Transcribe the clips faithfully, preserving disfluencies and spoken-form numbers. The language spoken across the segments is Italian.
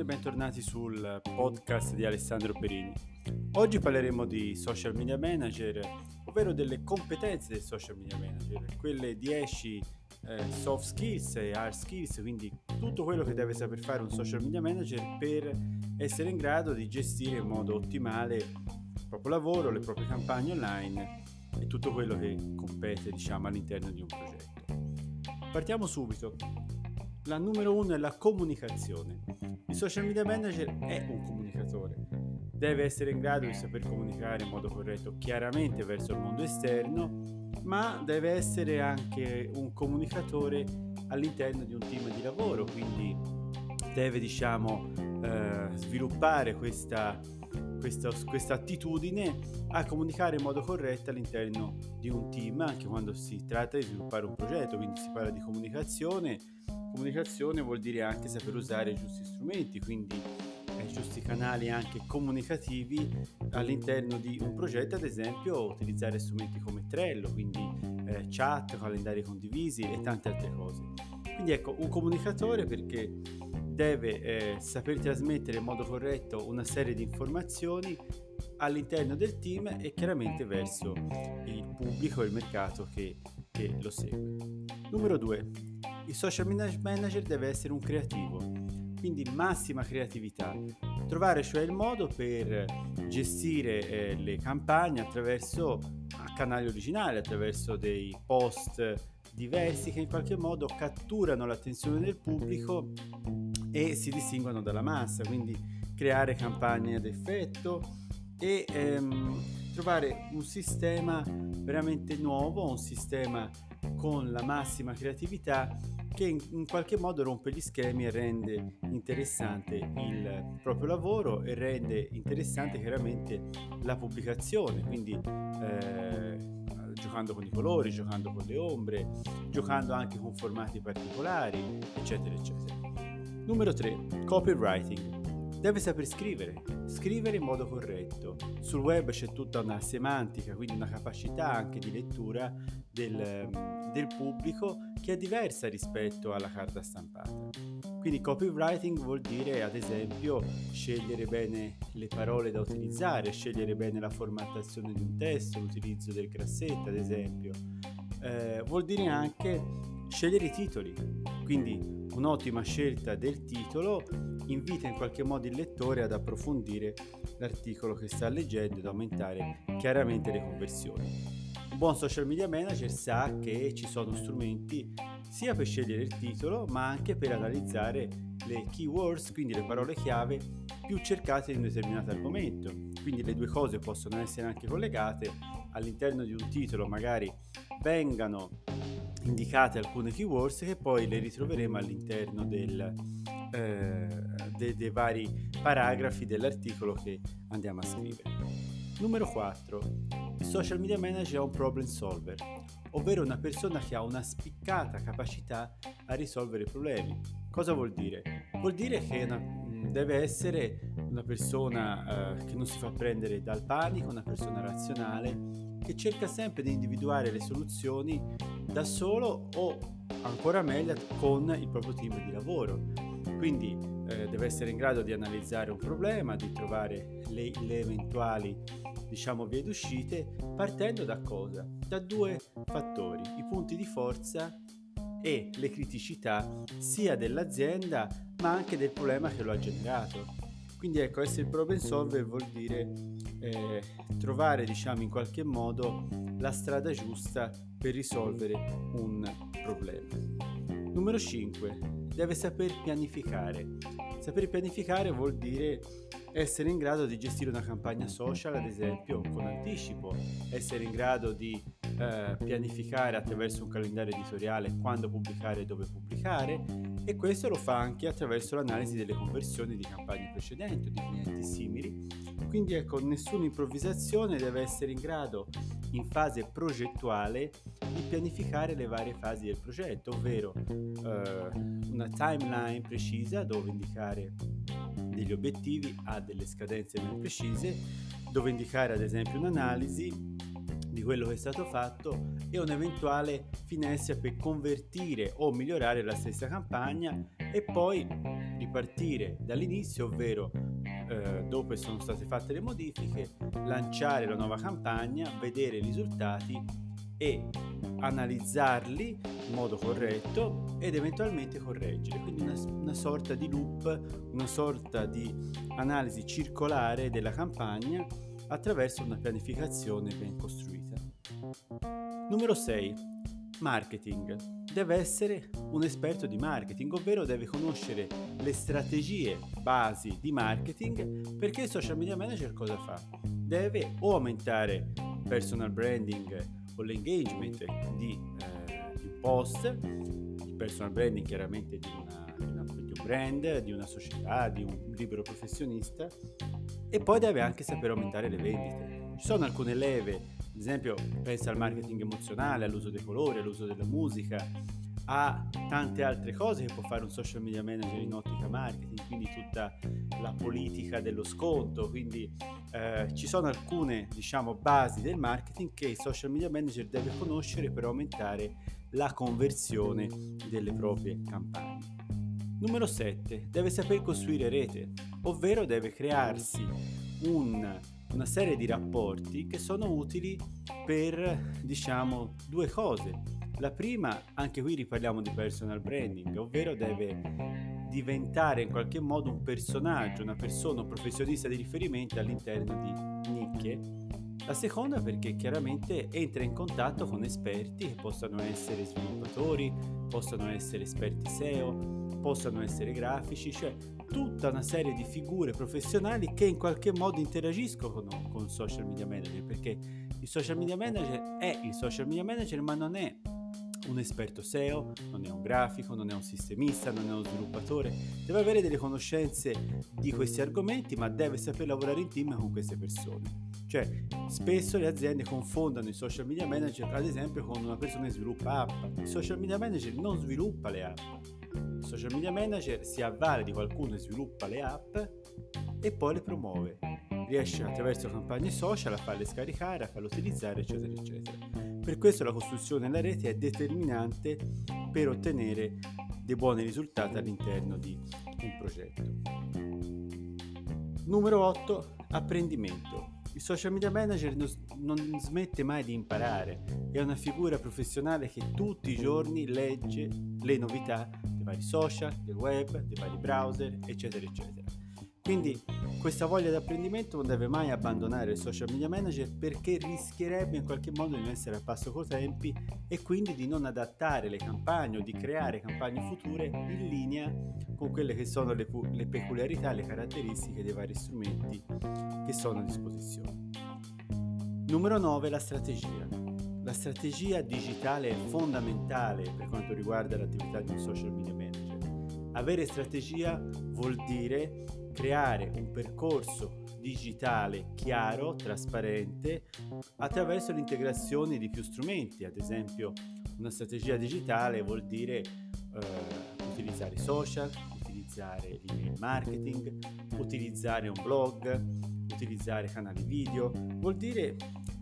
bentornati sul podcast di Alessandro Perini. Oggi parleremo di social media manager, ovvero delle competenze del social media manager, quelle dieci eh, soft skills e hard skills, quindi tutto quello che deve saper fare un social media manager per essere in grado di gestire in modo ottimale il proprio lavoro, le proprie campagne online e tutto quello che compete, diciamo, all'interno di un progetto. Partiamo subito. La numero uno è la comunicazione. Il social media manager è un comunicatore, deve essere in grado di saper comunicare in modo corretto chiaramente verso il mondo esterno, ma deve essere anche un comunicatore all'interno di un team di lavoro, quindi deve diciamo eh, sviluppare questa, questa, questa attitudine a comunicare in modo corretto all'interno di un team, anche quando si tratta di sviluppare un progetto, quindi si parla di comunicazione. Comunicazione vuol dire anche saper usare i giusti strumenti, quindi i giusti canali anche comunicativi all'interno di un progetto, ad esempio utilizzare strumenti come Trello, quindi eh, chat, calendari condivisi e tante altre cose. Quindi ecco, un comunicatore perché deve eh, saper trasmettere in modo corretto una serie di informazioni all'interno del team e chiaramente verso il pubblico e il mercato che, che lo segue. Numero due. Il social manager deve essere un creativo, quindi massima creatività, trovare cioè il modo per gestire eh, le campagne attraverso canali originali, attraverso dei post diversi che in qualche modo catturano l'attenzione del pubblico e si distinguono dalla massa, quindi creare campagne ad effetto e ehm, trovare un sistema veramente nuovo, un sistema con la massima creatività che in, in qualche modo rompe gli schemi e rende interessante il proprio lavoro e rende interessante chiaramente la pubblicazione, quindi eh, giocando con i colori, giocando con le ombre, giocando anche con formati particolari, eccetera eccetera. Numero tre. Copywriting. Deve saper scrivere, scrivere in modo corretto. Sul web c'è tutta una semantica, quindi una capacità anche di lettura del, del pubblico che è diversa rispetto alla carta stampata. Quindi copywriting vuol dire, ad esempio, scegliere bene le parole da utilizzare, scegliere bene la formattazione di un testo, l'utilizzo del grassetto, ad esempio. Eh, vuol dire anche scegliere i titoli, quindi un'ottima scelta del titolo invita in qualche modo il lettore ad approfondire l'articolo che sta leggendo ed aumentare chiaramente le conversioni. Un buon social media manager sa che ci sono strumenti sia per scegliere il titolo ma anche per analizzare le keywords, quindi le parole chiave più cercate in un determinato argomento. Quindi le due cose possono essere anche collegate. All'interno di un titolo magari vengano indicate alcune keywords che poi le ritroveremo all'interno del, eh, dei, dei vari paragrafi dell'articolo che andiamo a scrivere. Numero quattro. Il social media manager è un problem solver, ovvero una persona che ha una spiccata capacità a risolvere problemi. Cosa vuol dire? Vuol dire che una, deve essere una persona eh, che non si fa prendere dal panico, una persona razionale che cerca sempre di individuare le soluzioni da solo o ancora meglio con il proprio team di lavoro. Quindi eh, deve essere in grado di analizzare un problema, di trovare le, le eventuali diciamo vie d'uscite partendo da cosa? Da due fattori, i punti di forza e le criticità sia dell'azienda ma anche del problema che lo ha generato. Quindi ecco, essere problem solver vuol dire eh, trovare diciamo in qualche modo la strada giusta per risolvere un problema. Numero cinque. Deve saper pianificare. Saper pianificare vuol dire essere in grado di gestire una campagna social, ad esempio, con anticipo, essere in grado di eh, pianificare attraverso un calendario editoriale quando pubblicare e dove pubblicare, e questo lo fa anche attraverso l'analisi delle conversioni di campagne precedenti o di clienti simili. Quindi ecco, nessuna improvvisazione, deve essere in grado in fase progettuale di pianificare le varie fasi del progetto, ovvero eh, una timeline precisa dove indicare degli obiettivi a delle scadenze ben precise, dove indicare ad esempio un'analisi di quello che è stato fatto e un'eventuale finestra per convertire o migliorare la stessa campagna e poi ripartire dall'inizio, ovvero eh, dopo che sono state fatte le modifiche, lanciare la nuova campagna, vedere i risultati e analizzarli in modo corretto ed eventualmente correggere, quindi una, una sorta di loop, una sorta di analisi circolare della campagna attraverso una pianificazione ben costruita. Numero sei. Marketing. Deve essere un esperto di marketing, ovvero deve conoscere le strategie basi di marketing, perché il social media manager cosa fa? Deve o aumentare personal branding o l'engagement di, eh, di un post, il personal branding chiaramente di, una, di, una, di un brand, di una società, di un libero professionista, e poi deve anche sapere aumentare le vendite. Ci sono alcune leve, ad esempio pensa al marketing emozionale, all'uso dei colori, all'uso della musica, a tante altre cose che può fare un social media manager in ottica marketing, quindi tutta la politica dello sconto, quindi eh, ci sono alcune, diciamo, basi del marketing che il social media manager deve conoscere per aumentare la conversione delle proprie campagne. Numero sette. Deve saper costruire rete, ovvero deve crearsi un, una serie di rapporti che sono utili per, diciamo, due cose. La prima, anche qui riparliamo di personal branding, ovvero deve diventare in qualche modo un personaggio, una persona, un professionista di riferimento all'interno di nicchie. La seconda perché chiaramente entra in contatto con esperti che possano essere sviluppatori, possano essere esperti S E O, possano essere grafici, cioè tutta una serie di figure professionali che in qualche modo interagiscono con, con social media manager, perché il social media manager è il social media manager, ma non è un esperto S E O, non è un grafico, non è un sistemista, non è uno sviluppatore, deve avere delle conoscenze di questi argomenti, ma deve saper lavorare in team con queste persone. Cioè, spesso le aziende confondono il social media manager, ad esempio, con una persona che sviluppa app. Il social media manager non sviluppa le app. Il social media manager si avvale di qualcuno che sviluppa le app e poi le promuove. Riesce attraverso campagne social a farle scaricare, a farle utilizzare, eccetera, eccetera. Per questo la costruzione della rete è determinante per ottenere dei buoni risultati all'interno di un progetto. Numero otto. Apprendimento. Il social media manager non smette mai di imparare, è una figura professionale che tutti i giorni legge le novità dei vari social, del web, dei vari browser, eccetera, eccetera. Quindi questa voglia di apprendimento non deve mai abbandonare il social media manager, perché rischierebbe in qualche modo di non essere a passo coi tempi e quindi di non adattare le campagne o di creare campagne future in linea con quelle che sono le, pu- le peculiarità, le caratteristiche dei vari strumenti che sono a disposizione. Numero nove. La strategia. La strategia digitale è fondamentale per quanto riguarda l'attività di un social media manager. Avere strategia vuol dire creare un percorso digitale chiaro, trasparente, attraverso l'integrazione di più strumenti. Ad esempio, una strategia digitale vuol dire eh, utilizzare i social, utilizzare l'email marketing, utilizzare un blog, utilizzare canali video, vuol dire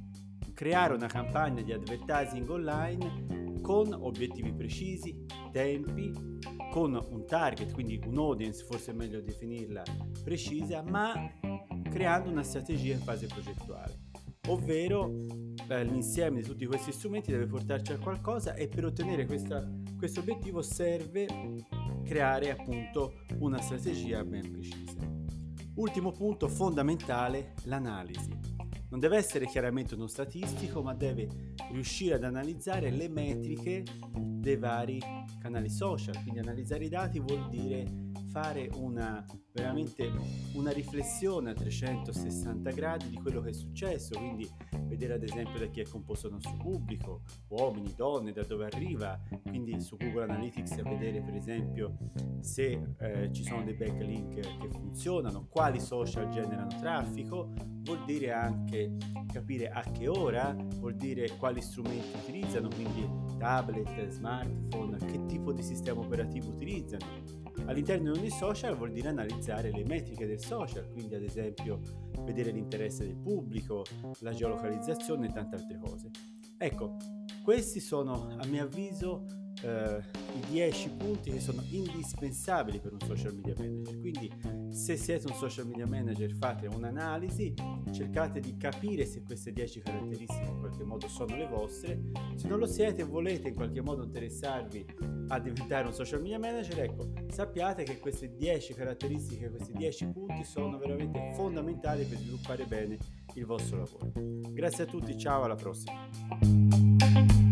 creare una campagna di advertising online con obiettivi precisi, tempi, con un target, quindi un audience, forse è meglio definirla precisa, ma creando una strategia in fase progettuale, ovvero eh, l'insieme di tutti questi strumenti deve portarci a qualcosa, e per ottenere questo obiettivo serve creare appunto una strategia ben precisa. Ultimo punto fondamentale, l'analisi. Non deve essere chiaramente uno statistico, ma deve riuscire ad analizzare le metriche dei vari canali social. Quindi analizzare i dati vuol dire fare una veramente una riflessione a trecentosessanta gradi di quello che è successo, quindi vedere ad esempio da chi è composto il nostro pubblico, uomini, donne, da dove arriva, quindi su Google Analytics a vedere per esempio se eh, ci sono dei backlink che funzionano, quali social generano traffico, vuol dire anche capire a che ora, vuol dire quali strumenti utilizzano, quindi tablet, smartphone, che tipo di sistema operativo utilizzano. All'interno di ogni social vuol dire analizzare le metriche del social, quindi ad esempio vedere l'interesse del pubblico, la geolocalizzazione e tante altre cose. Ecco, questi sono a mio avviso eh, i dieci punti che sono indispensabili per un social media manager. Quindi se siete un social media manager fate un'analisi, cercate di capire se queste dieci caratteristiche in qualche modo sono le vostre. Se non lo siete e volete in qualche modo interessarvi a diventare un social media manager, ecco, sappiate che queste dieci caratteristiche, questi dieci punti sono veramente fondamentali per sviluppare bene il vostro lavoro. Grazie a tutti, ciao, alla prossima.